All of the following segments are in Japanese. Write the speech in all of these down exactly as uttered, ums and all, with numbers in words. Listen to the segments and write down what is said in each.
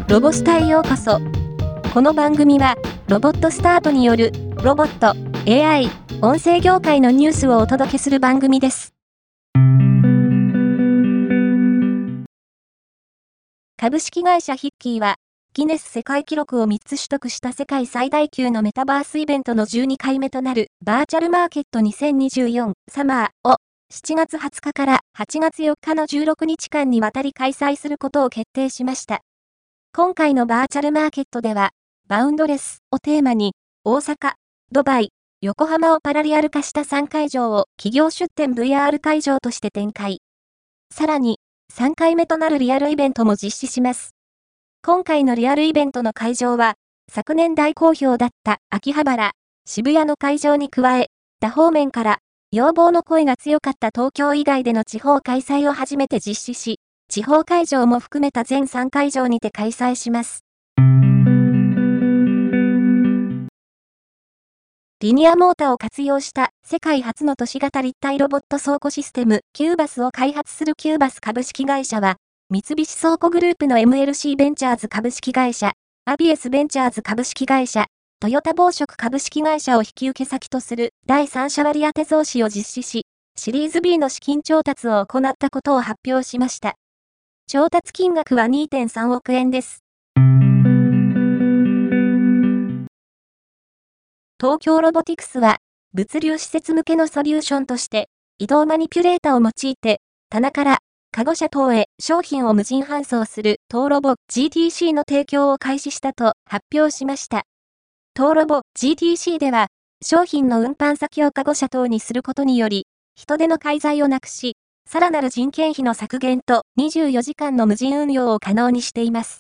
ロボスタへようこそ。この番組は、ロボットスタートによる、ロボット、エーアイ、音声業界のニュースをお届けする番組です。株式会社ヒッキーは、ギネス世界記録をみっつ取得した世界最大級のメタバースイベントのじゅうにかいめとなるバーチャルマーケットにせんにじゅうよんサマーをしちがつはつかからはちがつよっかのじゅうろくにちかんにわたり開催することを決定しました。今回のバーチャルマーケットでは、バウンドレスをテーマに大阪、ドバイ、横浜をパラリアル化したさんかいじょうを企業出展 ブイアール 会場として展開。さらにさんかいめとなるリアルイベントも実施します。今回のリアルイベントの会場は、昨年大好評だった秋葉原、渋谷の会場に加え、他方面から要望の声が強かった東京以外での地方開催を初めて実施し、地方会場も含めた全さんかいじょうにて開催します。リニアモーターを活用した世界初の都市型立体ロボット倉庫システムキューバスを開発するキューバス株式会社は、三菱倉庫グループの エムエルシー ベンチャーズ株式会社、アビエスベンチャーズ株式会社、トヨタ紡織株式会社を引き受け先とする第三者割当増資を実施し、シリーズ ビー の資金調達を行ったことを発表しました。調達金額は にてんさんおくえんです。東京ロボティクスは、物流施設向けのソリューションとして、移動マニピュレータを用いて、棚から、カゴ車等へ商品を無人搬送するトーロボ ジーティーシー の提供を開始したと発表しました。トーロボ ジーティーシー では、商品の運搬先をカゴ車等にすることにより、人手の介在をなくし、さらなる人件費の削減とにじゅうよじかんの無人運用を可能にしています。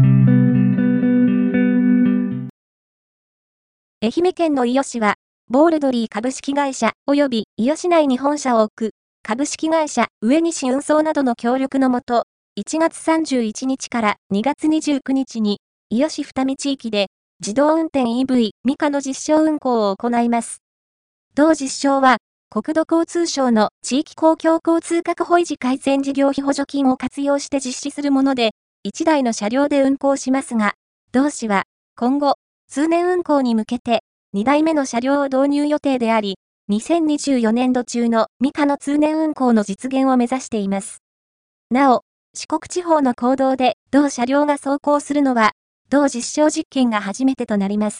愛媛県の伊予市は、ボールドリー株式会社及び伊予市内に本社を置く株式会社上西運送などの協力のもと、いちがつさんじゅういちにちからにがつにじゅうくにちに伊予市二見地域で自動運転 イーブイ ミカの実証運行を行います。同実証は、国土交通省の地域公共交通確保維持改善事業費補助金を活用して実施するもので、いちだいの車両で運行しますが、同市は今後、通年運行に向けてにだいめの車両を導入予定であり、にせんにじゅうよねんど中のミカの通年運行の実現を目指しています。なお、四国地方の公道で同車両が走行するのは、同実証実験が初めてとなります。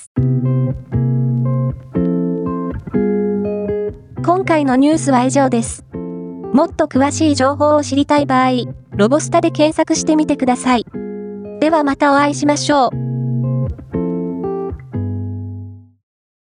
今回のニュースは以上です。もっと詳しい情報を知りたい場合、ロボスタで検索してみてください。ではまたお会いしましょう。